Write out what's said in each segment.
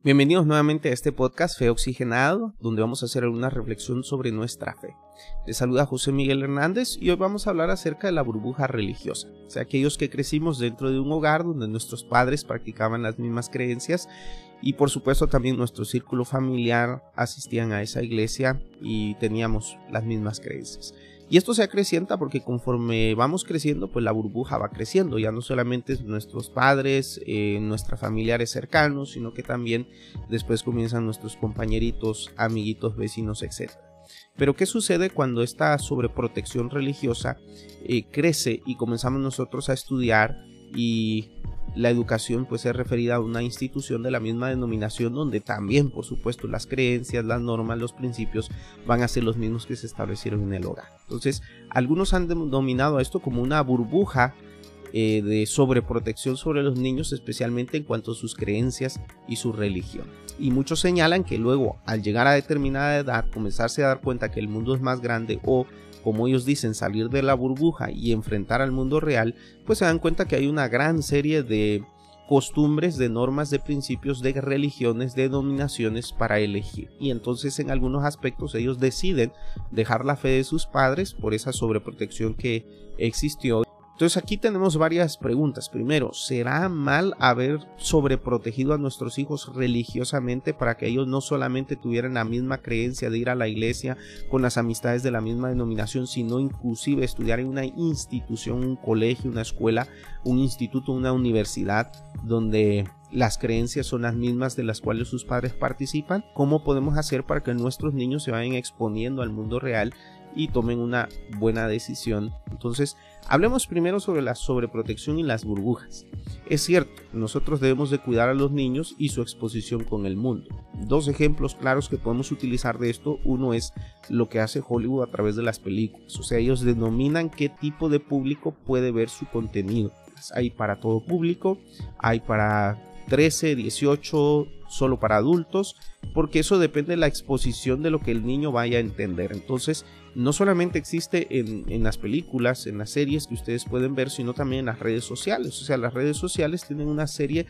Bienvenidos nuevamente a este podcast Fe Oxigenado, donde vamos a hacer alguna reflexión sobre nuestra fe. Les saluda José Miguel Hernández y hoy vamos a hablar acerca de la burbuja religiosa. O sea, aquellos que crecimos dentro de un hogar donde nuestros padres practicaban las mismas creencias y por supuesto también nuestro círculo familiar asistían a esa iglesia y teníamos las mismas creencias. Y esto se acrecienta porque conforme vamos creciendo, pues la burbuja va creciendo. Ya no solamente nuestros padres, nuestros familiares cercanos, sino que también después comienzan nuestros compañeritos, amiguitos, vecinos, etc. Pero ¿qué sucede cuando esta sobreprotección religiosa crece y comenzamos nosotros a estudiar y la educación pues es referida a una institución de la misma denominación donde también por supuesto las creencias, las normas, los principios van a ser los mismos que se establecieron en el hogar? Entonces algunos han denominado a esto como una burbuja de sobreprotección sobre los niños, especialmente en cuanto a sus creencias y su religión. Y muchos señalan que luego al llegar a determinada edad comenzarse a dar cuenta que el mundo es más grande o, como ellos dicen, salir de la burbuja y enfrentar al mundo real, pues se dan cuenta que hay una gran serie de costumbres, de normas, de principios, de religiones, de denominaciones para elegir. Y entonces en algunos aspectos ellos deciden dejar la fe de sus padres por esa sobreprotección que existió. Entonces aquí tenemos varias preguntas. Primero, ¿será mal haber sobreprotegido a nuestros hijos religiosamente para que ellos no solamente tuvieran la misma creencia de ir a la iglesia con las amistades de la misma denominación, sino inclusive estudiar en una institución, un colegio, una escuela, un instituto, una universidad donde las creencias son las mismas de las cuales sus padres participan? ¿Cómo podemos hacer para que nuestros niños se vayan exponiendo al mundo real y tomen una buena decisión? Entonces, hablemos primero sobre la sobreprotección y las burbujas. Es cierto, nosotros debemos de cuidar a los niños y su exposición con el mundo. Dos ejemplos claros que podemos utilizar de esto: uno es lo que hace Hollywood a través de las películas. O sea, ellos denominan qué tipo de público puede ver su contenido. Hay para todo público, hay para 13, 18, solo para adultos, porque eso depende de la exposición de lo que el niño vaya a entender. Entonces, no solamente existe en las películas, en las series que ustedes pueden ver, sino también en las redes sociales. O sea, las redes sociales tienen una serie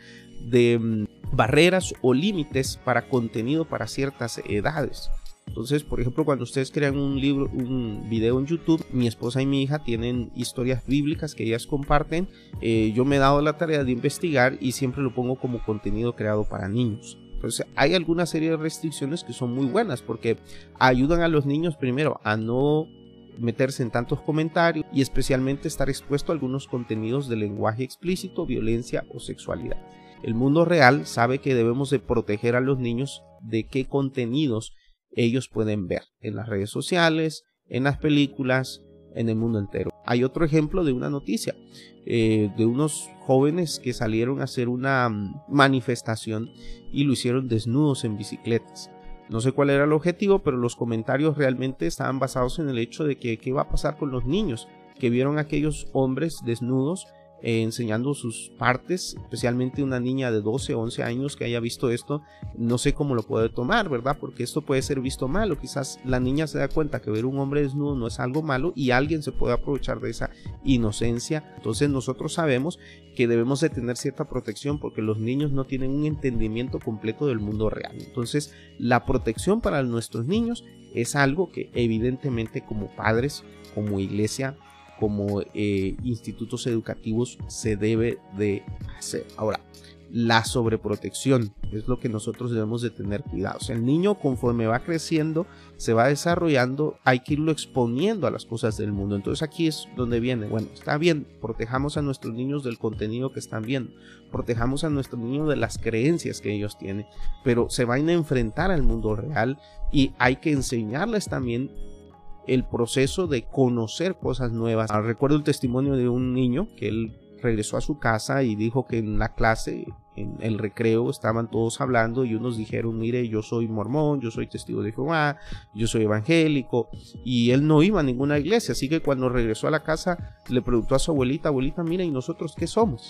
de barreras o límites para contenido para ciertas edades. Entonces, por ejemplo, cuando ustedes crean un video en YouTube, mi esposa y mi hija tienen historias bíblicas que ellas comparten. Yo me he dado la tarea de investigar y siempre lo pongo como contenido creado para niños. Entonces, hay alguna serie de restricciones que son muy buenas porque ayudan a los niños primero a no meterse en tantos comentarios y especialmente estar expuesto a algunos contenidos de lenguaje explícito, violencia o sexualidad. El mundo real sabe que debemos de proteger a los niños de qué contenidos ellos pueden ver en las redes sociales, en las películas, en el mundo entero. Hay otro ejemplo de una noticia de unos jóvenes que salieron a hacer una manifestación y lo hicieron desnudos en bicicletas. No sé cuál era el objetivo, pero los comentarios realmente estaban basados en el hecho de que qué va a pasar con los niños que vieron a aquellos hombres desnudos enseñando sus partes, especialmente una niña de 12 o 11 años que haya visto esto. No sé cómo lo puede tomar, ¿verdad? Porque esto puede ser visto malo. Quizás la niña se da cuenta que ver un hombre desnudo no es algo malo y alguien se puede aprovechar de esa inocencia. Entonces nosotros sabemos que debemos de tener cierta protección porque los niños no tienen un entendimiento completo del mundo real. Entonces la protección para nuestros niños es algo que evidentemente como padres, como iglesia, como institutos educativos se debe de hacer. Ahora, la sobreprotección es lo que nosotros debemos de tener cuidado. O sea, el niño conforme va creciendo, se va desarrollando, hay que irlo exponiendo a las cosas del mundo. Entonces aquí es donde viene, bueno, está bien, protejamos a nuestros niños del contenido que están viendo, protejamos a nuestros niños de las creencias que ellos tienen, pero se van a enfrentar al mundo real y hay que enseñarles también el proceso de conocer cosas nuevas. Recuerdo el testimonio de un niño que él regresó a su casa y dijo que en la clase, en el recreo, estaban todos hablando y unos dijeron: mire, yo soy mormón, yo soy testigo de Jehová, yo soy evangélico, y él no iba a ninguna iglesia. Así que cuando regresó a la casa le preguntó a su abuelita: abuelita, mira, ¿y nosotros qué somos?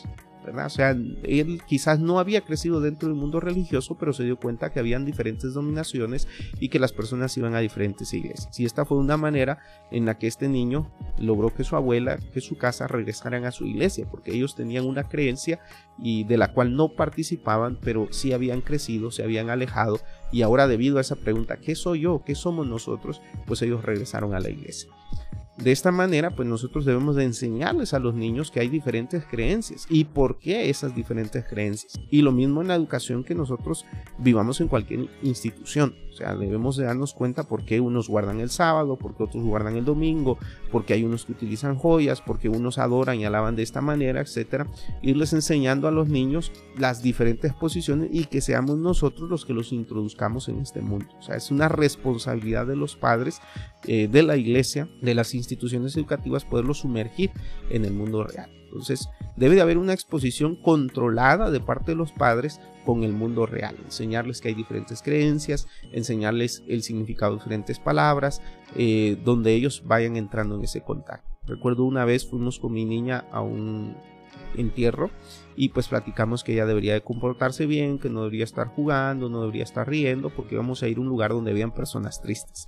¿verdad? O sea, él quizás no había crecido dentro del mundo religioso, pero se dio cuenta que habían diferentes dominaciones y que las personas iban a diferentes iglesias. Y esta fue una manera en la que este niño logró que su abuela, que su casa regresaran a su iglesia, porque ellos tenían una creencia y de la cual no participaban, pero sí habían crecido, se habían alejado, y ahora, debido a esa pregunta, ¿qué soy yo? ¿Qué somos nosotros? Pues ellos regresaron a la iglesia. De esta manera, pues nosotros debemos de enseñarles a los niños que hay diferentes creencias y por qué esas diferentes creencias. Y lo mismo en la educación, que nosotros vivamos en cualquier institución. O sea, debemos de darnos cuenta por qué unos guardan el sábado, por qué otros guardan el domingo, por qué hay unos que utilizan joyas, por qué unos adoran y alaban de esta manera, etcétera. Irles enseñando a los niños las diferentes posiciones y que seamos nosotros los que los introduzcamos en este mundo. O sea, es una responsabilidad de los padres, de la iglesia, de las instituciones educativas, poderlos sumergir en el mundo real. Entonces, debe de haber una exposición controlada de parte de los padres con el mundo real, enseñarles que hay diferentes creencias, enseñarles el significado de diferentes palabras, donde ellos vayan entrando en ese contacto. Recuerdo una vez fuimos con mi niña a un entierro y pues platicamos que ella debería de comportarse bien, que no debería estar jugando, no debería estar riendo, porque íbamos a ir a un lugar donde habían personas tristes.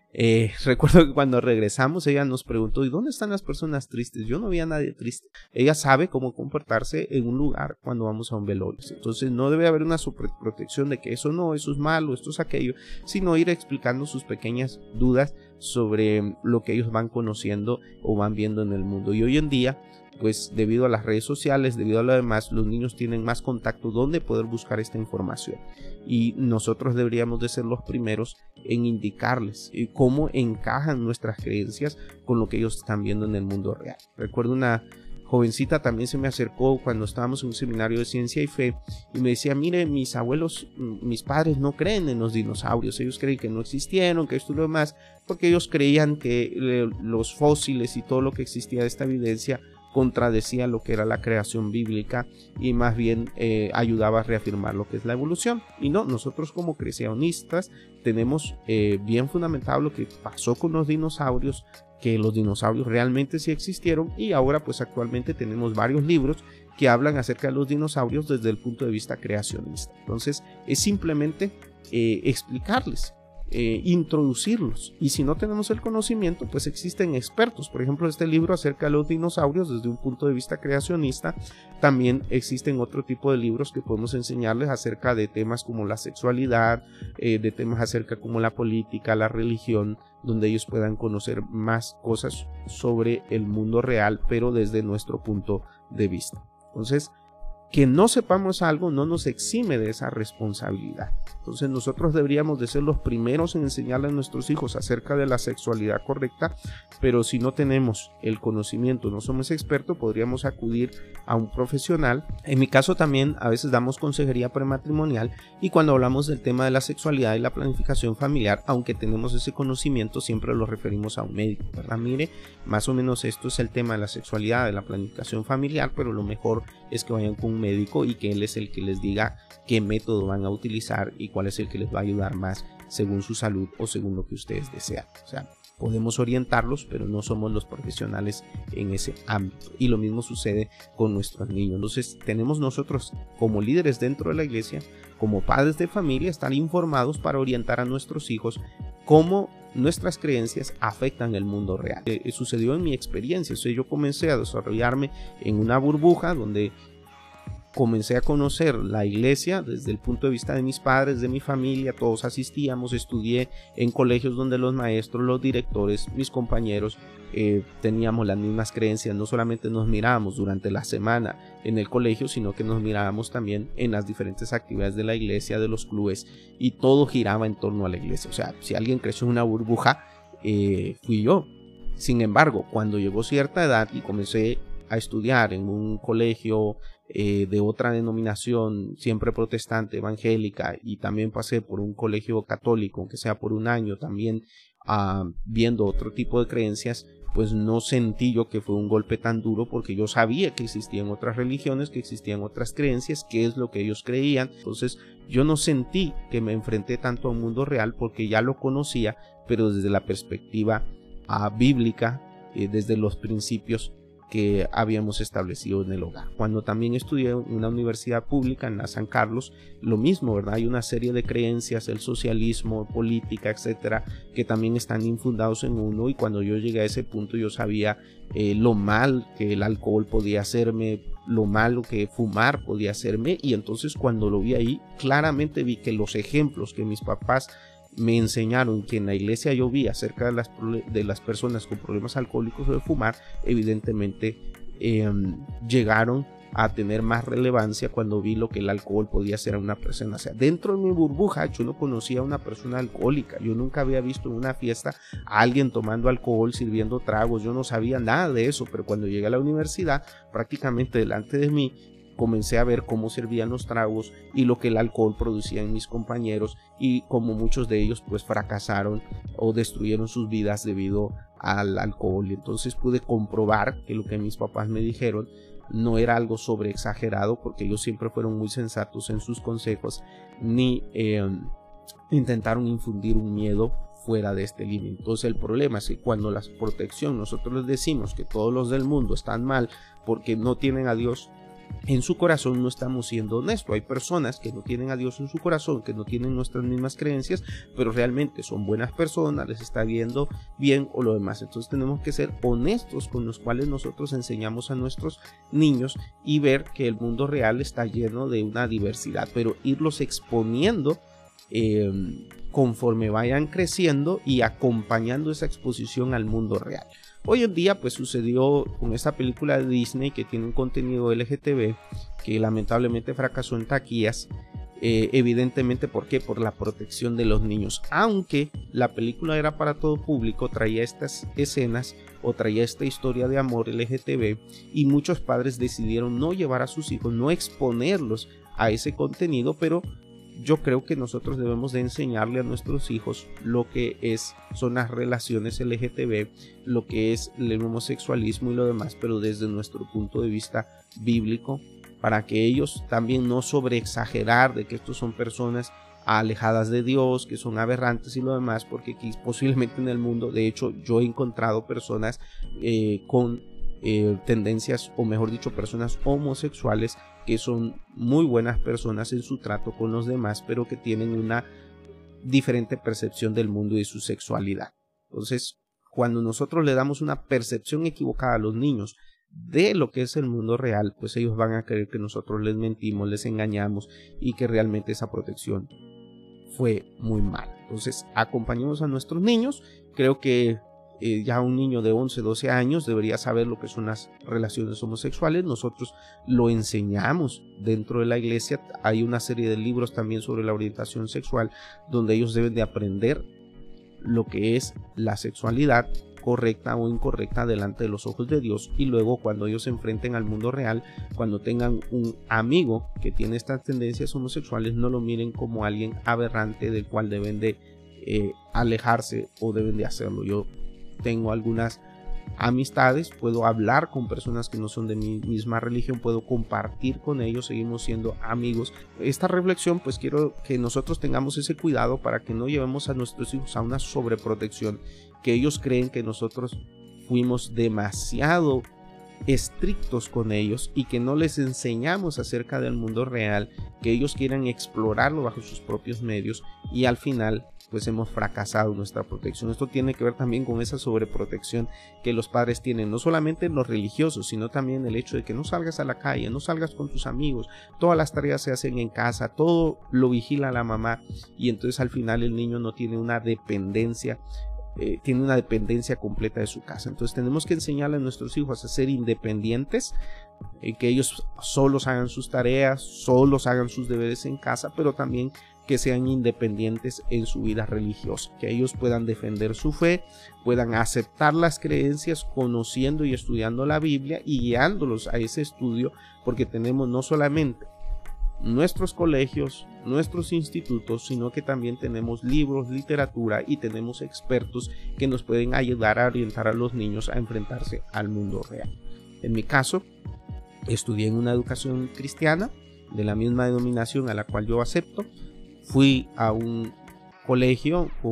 Recuerdo que cuando regresamos ella nos preguntó: ¿y dónde están las personas tristes? Yo no vi a nadie triste. Ella sabe cómo comportarse en un lugar cuando vamos a un velorio. Entonces no debe haber una superprotección de que eso no, eso es malo, esto es aquello, sino ir explicando sus pequeñas dudas sobre lo que ellos van conociendo o van viendo en el mundo. Y hoy en día, pues debido a las redes sociales, debido a lo demás, los niños tienen más contacto donde poder buscar esta información, y nosotros deberíamos de ser los primeros en indicarles cómo encajan nuestras creencias con lo que ellos están viendo en el mundo real. Recuerdo una jovencita también se me acercó cuando estábamos en un seminario de ciencia y fe y me decía: mire, mis abuelos, mis padres no creen en los dinosaurios, ellos creen que no existieron, que esto y lo demás, porque ellos creían que los fósiles y todo lo que existía de esta evidencia contradecía lo que era la creación bíblica y más bien ayudaba a reafirmar lo que es la evolución. Y no, nosotros como creacionistas tenemos bien fundamentado lo que pasó con los dinosaurios, que los dinosaurios realmente sí existieron, y ahora pues actualmente tenemos varios libros que hablan acerca de los dinosaurios desde el punto de vista creacionista. Entonces es simplemente explicarles, introducirlos, y si no tenemos el conocimiento, pues existen expertos. Por ejemplo, este libro acerca de los dinosaurios desde un punto de vista creacionista. También existen otro tipo de libros que podemos enseñarles acerca de temas como la sexualidad, de temas acerca como la política, la religión, donde ellos puedan conocer más cosas sobre el mundo real, pero desde nuestro punto de vista. Entonces, que no sepamos algo no nos exime de esa responsabilidad. Entonces nosotros deberíamos de ser los primeros en enseñarle a nuestros hijos acerca de la sexualidad correcta, pero si no tenemos el conocimiento, no somos expertos, podríamos acudir a un profesional. En mi caso también a veces damos consejería prematrimonial, y cuando hablamos del tema de la sexualidad y la planificación familiar, aunque tenemos ese conocimiento, siempre lo referimos a un médico, ¿verdad? Mire, más o menos esto es el tema de la sexualidad, de la planificación familiar, pero lo mejor es que vayan con un médico y que él es el que les diga qué método van a utilizar y cuál es el que les va a ayudar más según su salud o según lo que ustedes desean. O sea, podemos orientarlos, pero no somos los profesionales en ese ámbito. Y lo mismo sucede con nuestros niños. Entonces tenemos nosotros como líderes dentro de la iglesia, como padres de familia, estar informados para orientar a nuestros hijos cómo nuestras creencias afectan el mundo real. Sucedió en mi experiencia. O sea, yo comencé a desarrollarme en una burbuja donde comencé a conocer la iglesia desde el punto de vista de mis padres, de mi familia. Todos asistíamos, estudié en colegios donde los maestros, los directores, mis compañeros teníamos las mismas creencias. No solamente nos mirábamos durante la semana en el colegio, sino que nos mirábamos también en las diferentes actividades de la iglesia, de los clubes, y todo giraba en torno a la iglesia. O sea, si alguien creció en una burbuja, fui yo. Sin embargo, cuando llegó cierta edad y comencé a estudiar en un colegio de otra denominación, siempre protestante, evangélica, y también pasé por un colegio católico, aunque sea por un año también, viendo otro tipo de creencias, pues no sentí yo que fue un golpe tan duro, porque yo sabía que existían otras religiones, que existían otras creencias, qué es lo que ellos creían. Entonces yo no sentí que me enfrenté tanto a un mundo real, porque ya lo conocía, pero desde la perspectiva bíblica, desde los principios que habíamos establecido en el hogar. Cuando también estudié en una universidad pública, en la San Carlos, lo mismo, ¿verdad? Hay una serie de creencias, el socialismo, política, etcétera, que también están infundados en uno, y cuando yo llegué a ese punto yo sabía lo mal que el alcohol podía hacerme, lo malo que fumar podía hacerme, y entonces cuando lo vi ahí, claramente vi que los ejemplos que mis papás me enseñaron, que en la iglesia yo vi acerca de las personas con problemas alcohólicos o de fumar, evidentemente llegaron a tener más relevancia cuando vi lo que el alcohol podía hacer a una persona. O sea, dentro de mi burbuja yo no conocía a una persona alcohólica, yo nunca había visto en una fiesta a alguien tomando alcohol, sirviendo tragos, yo no sabía nada de eso, pero cuando llegué a la universidad, prácticamente delante de mí, comencé a ver cómo servían los tragos y lo que el alcohol producía en mis compañeros, y cómo muchos de ellos pues fracasaron o destruyeron sus vidas debido al alcohol. Y entonces pude comprobar que lo que mis papás me dijeron no era algo sobre exagerado, porque ellos siempre fueron muy sensatos en sus consejos, ni intentaron infundir un miedo fuera de este límite. Entonces el problema es que cuando la protección, nosotros les decimos que todos los del mundo están mal porque no tienen a Dios en su corazón, no estamos siendo honestos. Hay personas que no tienen a Dios en su corazón, que no tienen nuestras mismas creencias, pero realmente son buenas personas, les está viendo bien o lo demás. Entonces tenemos que ser honestos con los cuales nosotros enseñamos a nuestros niños y ver que el mundo real está lleno de una diversidad, pero irlos exponiendo conforme vayan creciendo y acompañando esa exposición al mundo real. Hoy en día pues sucedió con esta película de Disney que tiene un contenido LGTB que lamentablemente fracasó en taquillas, evidentemente, ¿por qué? Por la protección de los niños. Aunque la película era para todo público, traía estas escenas o traía esta historia de amor LGTB, y muchos padres decidieron no llevar a sus hijos, no exponerlos a ese contenido, pero yo creo que nosotros debemos de enseñarle a nuestros hijos lo que son las relaciones LGTB, lo que es el homosexualismo y lo demás, pero desde nuestro punto de vista bíblico, para que ellos también no sobreexagerar de que estos son personas alejadas de Dios, que son aberrantes y lo demás, porque aquí posiblemente en el mundo, de hecho yo he encontrado personas con tendencias, o mejor dicho, personas homosexuales que son muy buenas personas en su trato con los demás, pero que tienen una diferente percepción del mundo y de su sexualidad. Entonces, cuando nosotros le damos una percepción equivocada a los niños de lo que es el mundo real, pues ellos van a creer que nosotros les mentimos, les engañamos, y que realmente esa protección fue muy mala. Entonces, acompañemos a nuestros niños. Creo que ya un niño de 11, 12 años debería saber lo que son las relaciones homosexuales. Nosotros lo enseñamos dentro de la iglesia. Hay una serie de libros también sobre la orientación sexual, donde ellos deben de aprender lo que es la sexualidad correcta o incorrecta delante de los ojos de Dios, y luego cuando ellos se enfrenten al mundo real, cuando tengan un amigo que tiene estas tendencias homosexuales, no lo miren como alguien aberrante del cual deben de alejarse o deben de hacerlo. Yo tengo algunas amistades, puedo hablar con personas que no son de mi misma religión, puedo compartir con ellos, seguimos siendo amigos. Esta reflexión, pues quiero que nosotros tengamos ese cuidado para que no llevemos a nuestros hijos a una sobreprotección, que ellos creen que nosotros fuimos demasiado estrictos con ellos y que no les enseñamos acerca del mundo real, que ellos quieran explorarlo bajo sus propios medios, y al final pues hemos fracasado en nuestra protección. Esto tiene que ver también con esa sobreprotección que los padres tienen, no solamente en los religiosos, sino también el hecho de que no salgas a la calle, no salgas con tus amigos, todas las tareas se hacen en casa, todo lo vigila la mamá, y entonces al final el niño no tiene una dependencia, tiene una dependencia completa de su casa. Entonces tenemos que enseñarle a nuestros hijos a ser independientes, que ellos solos hagan sus tareas, solos hagan sus deberes en casa, pero también que sean independientes en su vida religiosa, que ellos puedan defender su fe, puedan aceptar las creencias conociendo y estudiando la Biblia y guiándolos a ese estudio, porque tenemos no solamente nuestros colegios, nuestros institutos, sino que también tenemos libros, literatura, y tenemos expertos que nos pueden ayudar a orientar a los niños a enfrentarse al mundo real. En mi caso, estudié en una educación cristiana de la misma denominación a la cual yo acepto. Fui a un colegio con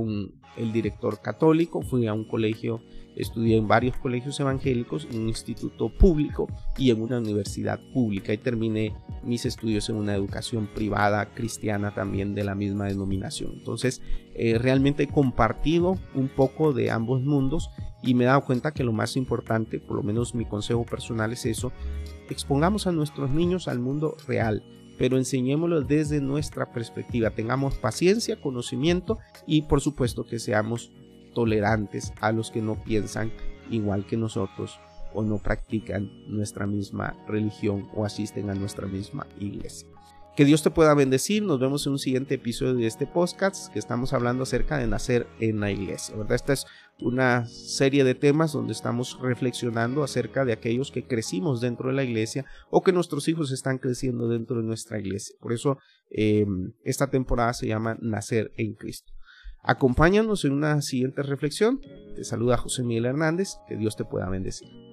el director católico, fui a un colegio, estudié en varios colegios evangélicos, en un instituto público y en una universidad pública, y terminé mis estudios en una educación privada cristiana también de la misma denominación. Entonces realmente he compartido un poco de ambos mundos y me he dado cuenta que lo más importante, por lo menos mi consejo personal es eso: expongamos a nuestros niños al mundo real, pero enseñémoslo desde nuestra perspectiva, tengamos paciencia, conocimiento y por supuesto que seamos tolerantes a los que no piensan igual que nosotros o no practican nuestra misma religión o asisten a nuestra misma iglesia. Que Dios te pueda bendecir. Nos vemos en un siguiente episodio de este podcast, que estamos hablando acerca de nacer en la iglesia, ¿verdad? Esta es una serie de temas donde estamos reflexionando acerca de aquellos que crecimos dentro de la iglesia o que nuestros hijos están creciendo dentro de nuestra iglesia. Por eso esta temporada se llama Nacer en Cristo. Acompáñanos en una siguiente reflexión. Te saluda José Miguel Hernández. Que Dios te pueda bendecir.